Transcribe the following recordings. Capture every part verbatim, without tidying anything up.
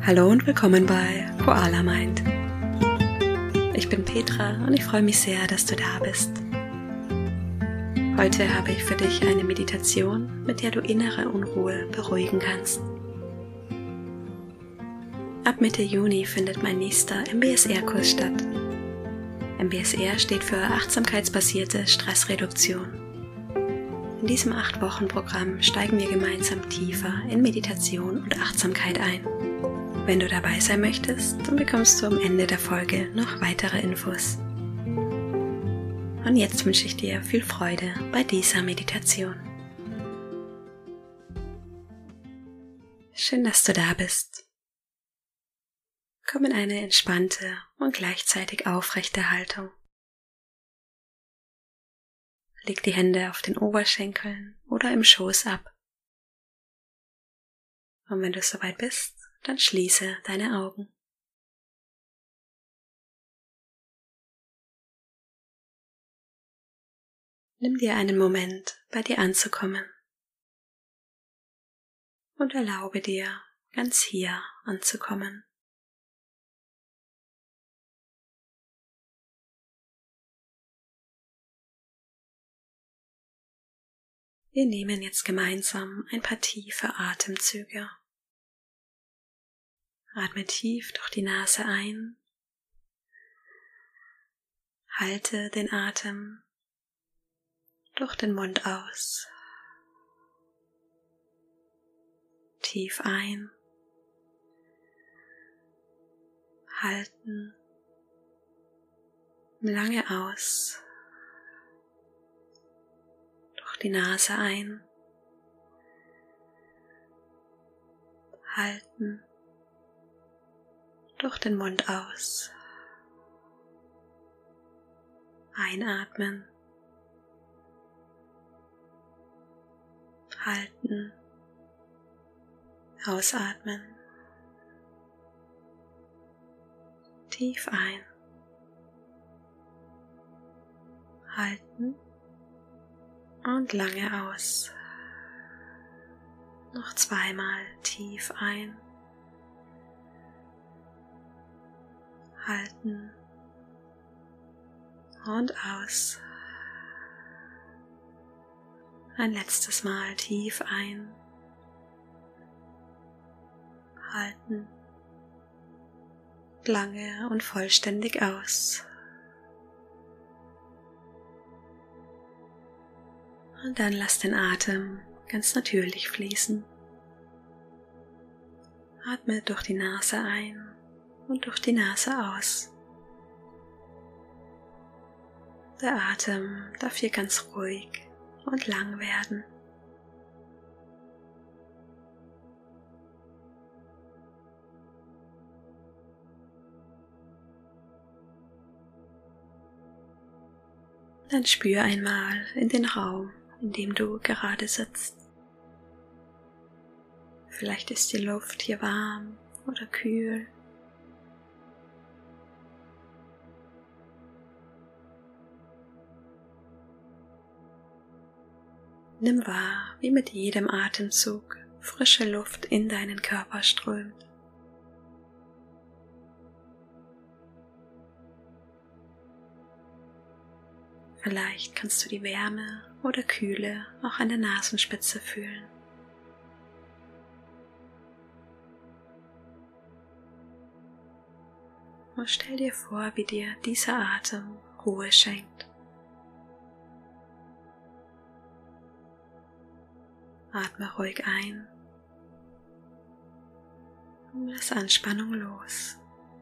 Hallo und willkommen bei Koala Mind. Ich bin Petra und ich freue mich sehr, dass du da bist. Heute habe ich für dich eine Meditation, mit der du innere Unruhe beruhigen kannst. Ab Mitte Juni findet mein nächster M B S R-Kurs statt. M B S R steht für achtsamkeitsbasierte Stressreduktion. In diesem acht Wochen Programm steigen wir gemeinsam tiefer in Meditation und Achtsamkeit ein. Wenn du dabei sein möchtest, dann bekommst du am Ende der Folge noch weitere Infos. Und jetzt wünsche ich dir viel Freude bei dieser Meditation. Schön, dass du da bist. Komm in eine entspannte und gleichzeitig aufrechte Haltung. Leg die Hände auf den Oberschenkeln oder im Schoß ab. Und wenn du soweit bist, dann schließe deine Augen. Nimm dir einen Moment, bei dir anzukommen und erlaube dir, ganz hier anzukommen. Wir nehmen jetzt gemeinsam ein paar tiefe Atemzüge. Atme tief durch die Nase ein, halte den Atem durch den Mund aus, tief ein, halten, lange aus, durch die Nase ein, halten, durch den Mund aus, einatmen, halten, ausatmen, tief ein, halten und lange aus, noch zweimal tief ein, halten und aus. Ein letztes Mal tief ein, halten, lange und vollständig aus. Und dann lass den Atem ganz natürlich fließen. Atme durch die Nase ein und durch die Nase aus. Der Atem darf hier ganz ruhig und lang werden. Dann spür einmal in den Raum, in dem du gerade sitzt. Vielleicht ist die Luft hier warm oder kühl. Nimm wahr, wie mit jedem Atemzug frische Luft in deinen Körper strömt. Vielleicht kannst du die Wärme oder Kühle auch an der Nasenspitze fühlen. Und stell dir vor, wie dir dieser Atem Ruhe schenkt. Atme ruhig ein und lass Anspannung los.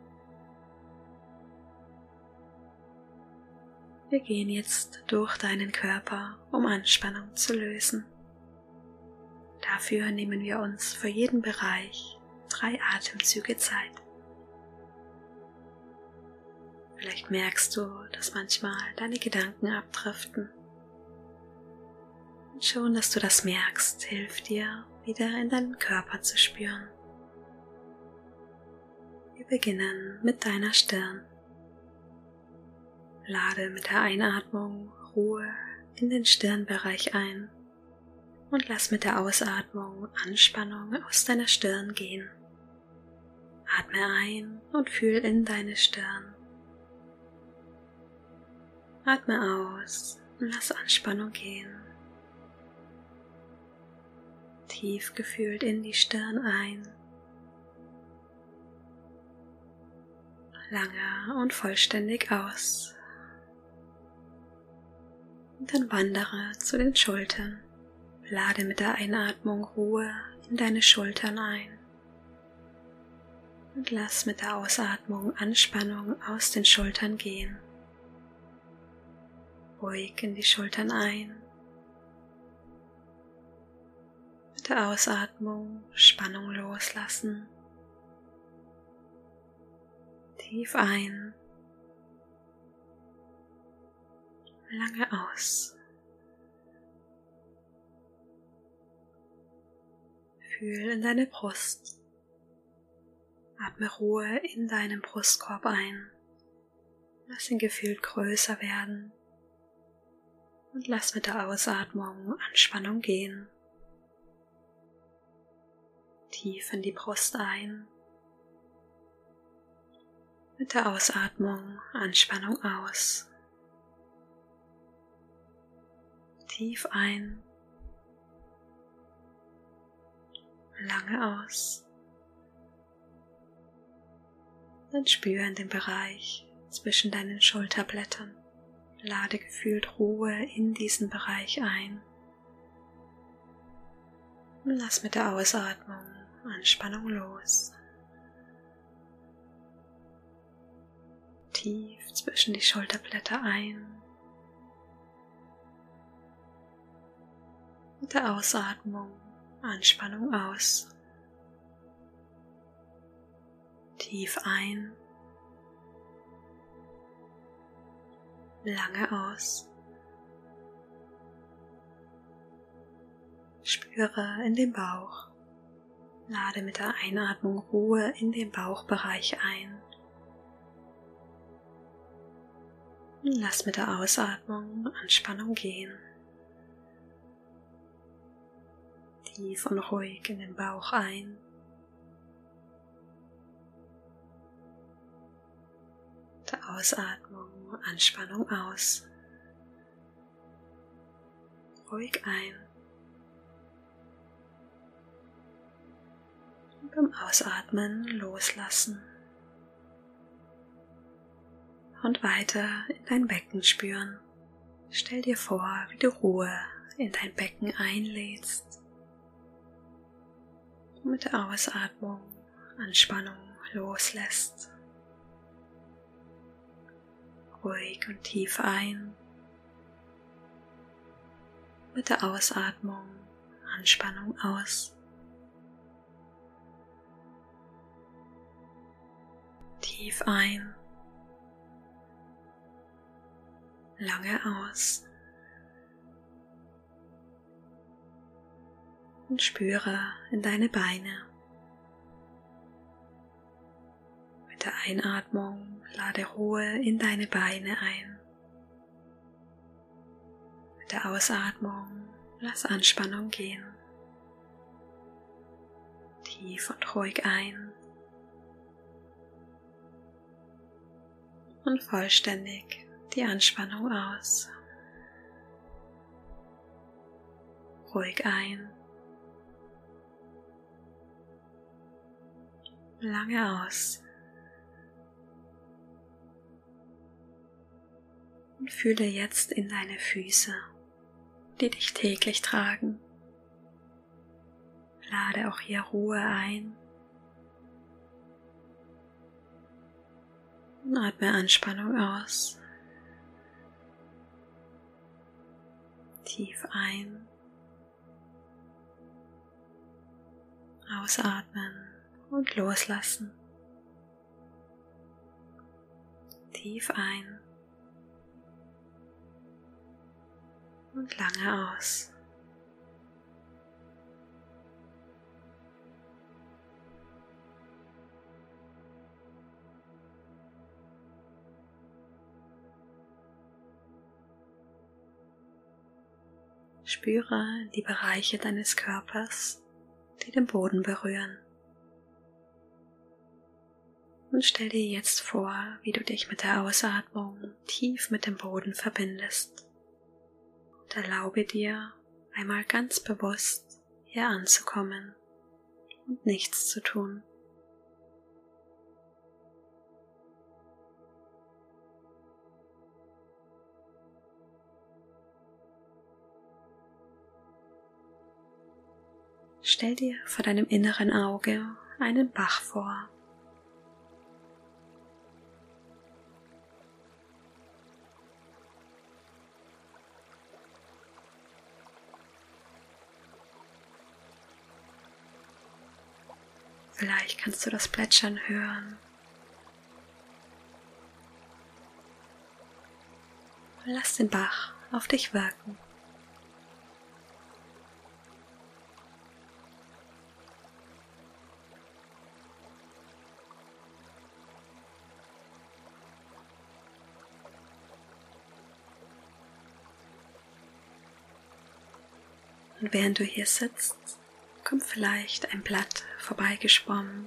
Wir gehen jetzt durch deinen Körper, um Anspannung zu lösen. Dafür nehmen wir uns für jeden Bereich drei Atemzüge Zeit. Vielleicht merkst du, dass manchmal deine Gedanken abdriften. Und schon, dass du das merkst, hilft dir, wieder in deinen Körper zu spüren. Wir beginnen mit deiner Stirn. Lade mit der Einatmung Ruhe in den Stirnbereich ein und lass mit der Ausatmung Anspannung aus deiner Stirn gehen. Atme ein und fühl in deine Stirn. Atme aus und lass Anspannung gehen. Tief gefühlt in die Stirn ein. Lange und vollständig aus. Und dann wandere zu den Schultern. Lade mit der Einatmung Ruhe in deine Schultern ein. Und lass mit der Ausatmung Anspannung aus den Schultern gehen. Ruhig in die Schultern ein. Mit der Ausatmung Spannung loslassen. Tief ein. Lange aus. Fühl in deine Brust. Atme Ruhe in deinem Brustkorb ein. Lass ihn gefühlt größer werden. Und lass mit der Ausatmung Anspannung gehen. Tief in die Brust ein. Mit der Ausatmung Anspannung aus. Tief ein. Lange aus. Dann spüre in den Bereich zwischen deinen Schulterblättern. Lade gefühlt Ruhe in diesen Bereich ein. Und lass mit der Ausatmung Anspannung los. Tief zwischen die Schulterblätter ein. Mit der Ausatmung Anspannung aus. Tief ein. Lange aus. Spüre in den Bauch. Lade mit der Einatmung Ruhe in den Bauchbereich ein. Lass mit der Ausatmung Anspannung gehen. Tief und ruhig in den Bauch ein. Mit der Ausatmung Anspannung aus. Ruhig ein. Und beim Ausatmen loslassen. Und weiter in dein Becken spüren. Stell dir vor, wie du Ruhe in dein Becken einlädst. Und mit der Ausatmung Anspannung loslässt. Ruhig und tief ein. Mit der Ausatmung Anspannung aus. Tief ein. Lange aus. Und spüre in deine Beine. Mit der Einatmung lade Ruhe in deine Beine ein. Mit der Ausatmung lass Anspannung gehen. Tief und ruhig ein. Und vollständig die Anspannung aus. Ruhig ein. Lange aus. Und fühle jetzt in deine Füße, die dich täglich tragen. Lade auch hier Ruhe ein. Und atme Anspannung aus. Tief ein. Ausatmen und loslassen. Tief ein. Und lange aus. Spüre die Bereiche deines Körpers, die den Boden berühren. Und stell dir jetzt vor, wie du dich mit der Ausatmung tief mit dem Boden verbindest. Und erlaube dir, einmal ganz bewusst hier anzukommen und nichts zu tun. Stell dir vor deinem inneren Auge einen Bach vor. Vielleicht kannst du das Plätschern hören. Lass den Bach auf dich wirken. Und während du hier sitzt, kommt vielleicht ein Blatt vorbeigeschwommen,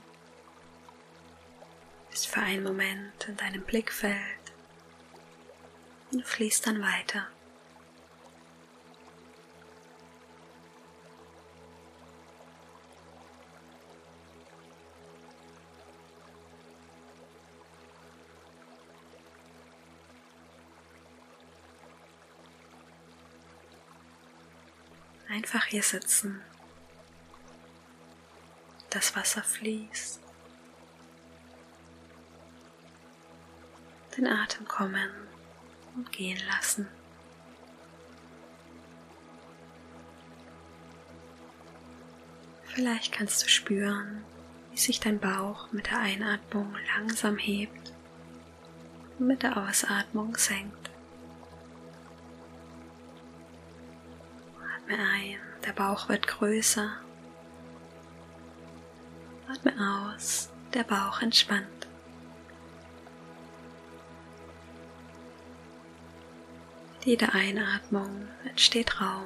ist für einen Moment in deinem Blickfeld und fließt dann weiter. Einfach hier sitzen. Das Wasser fließt. Den Atem kommen und gehen lassen. Vielleicht kannst du spüren, wie sich dein Bauch mit der Einatmung langsam hebt und mit der Ausatmung senkt. Atme ein, der Bauch wird größer. Atme aus, der Bauch entspannt. Mit jeder Einatmung entsteht Raum.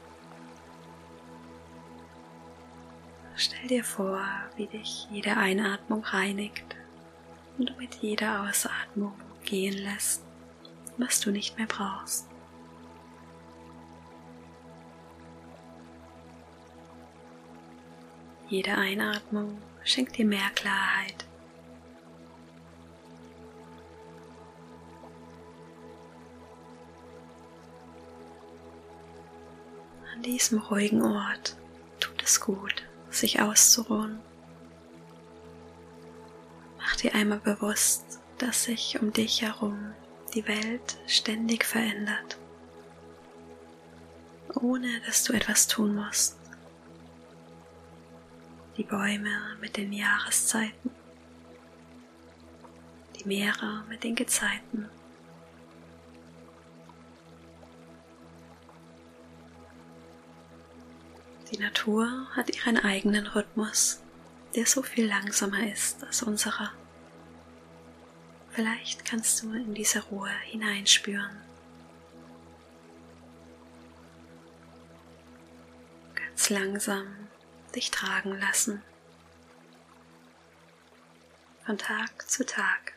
Stell dir vor, wie dich jede Einatmung reinigt und du mit jeder Ausatmung gehen lässt, was du nicht mehr brauchst. Jede Einatmung schenkt dir mehr Klarheit. An diesem ruhigen Ort tut es gut, sich auszuruhen. Mach dir einmal bewusst, dass sich um dich herum die Welt ständig verändert, ohne dass du etwas tun musst. Die Bäume mit den Jahreszeiten, die Meere mit den Gezeiten. Die Natur hat ihren eigenen Rhythmus, der so viel langsamer ist als unserer. Vielleicht kannst du in diese Ruhe hineinspüren. Ganz langsam dich tragen lassen, von Tag zu Tag,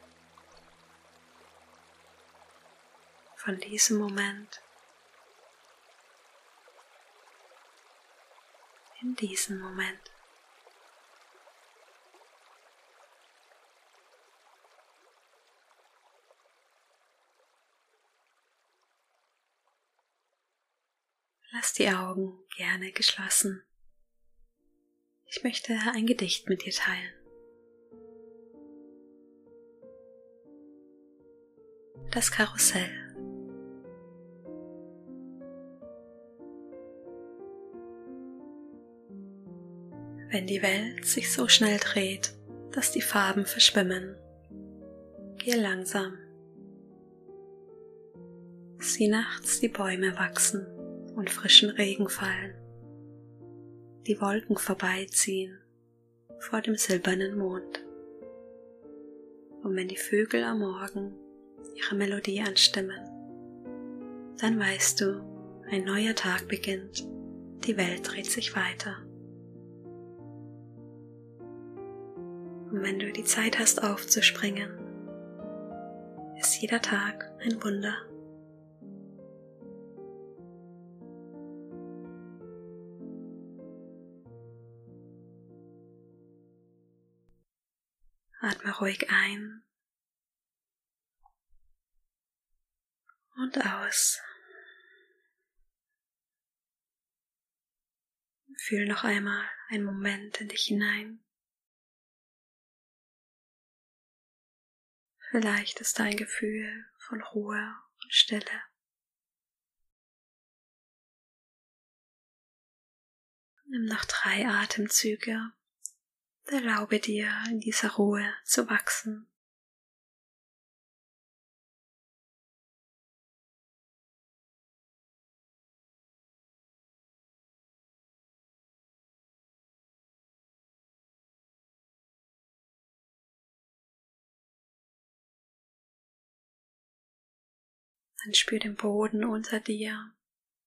von diesem Moment in diesen Moment. Lass die Augen gerne geschlossen. Ich möchte ein Gedicht mit dir teilen. Das Karussell. Wenn die Welt sich so schnell dreht, dass die Farben verschwimmen, geh langsam. Sieh nachts die Bäume wachsen und frischen Regen fallen. Die Wolken vorbeiziehen vor dem silbernen Mond. Und wenn die Vögel am Morgen ihre Melodie anstimmen, dann weißt du, ein neuer Tag beginnt, die Welt dreht sich weiter. Und wenn du die Zeit hast aufzuspringen, ist jeder Tag ein Wunder. Atme ruhig ein und aus. Fühl noch einmal einen Moment in dich hinein. Vielleicht ist da ein Gefühl von Ruhe und Stille. Nimm noch drei Atemzüge und erlaube dir, in dieser Ruhe zu wachsen. Dann spür den Boden unter dir,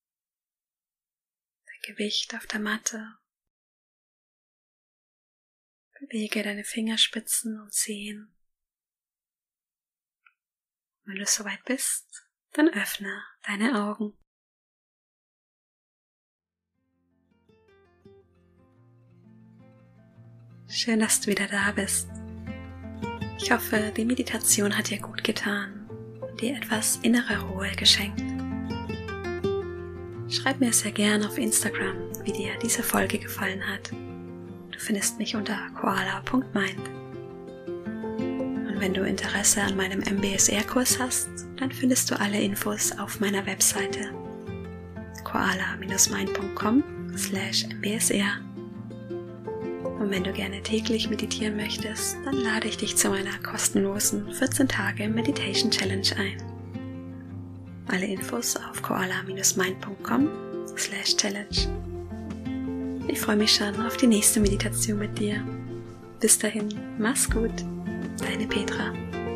dein Gewicht auf der Matte. Bewege deine Fingerspitzen und Zehen. Wenn du soweit bist, dann öffne deine Augen. Schön, dass du wieder da bist. Ich hoffe, die Meditation hat dir gut getan. Dir etwas innere Ruhe geschenkt. Schreib mir sehr gerne auf Instagram, wie dir diese Folge gefallen hat. Du findest mich unter koala punkt mind. Und wenn du Interesse an meinem M B S R-Kurs hast, dann findest du alle Infos auf meiner Webseite koala Bindestrich mind punkt com slash M B S R. Und wenn du gerne täglich meditieren möchtest, dann lade ich dich zu meiner kostenlosen vierzehn Tage Meditation Challenge ein. Alle Infos auf koala Bindestrich mind punkt com slash challenge. Ich freue mich schon auf die nächste Meditation mit dir. Bis dahin, mach's gut, deine Petra.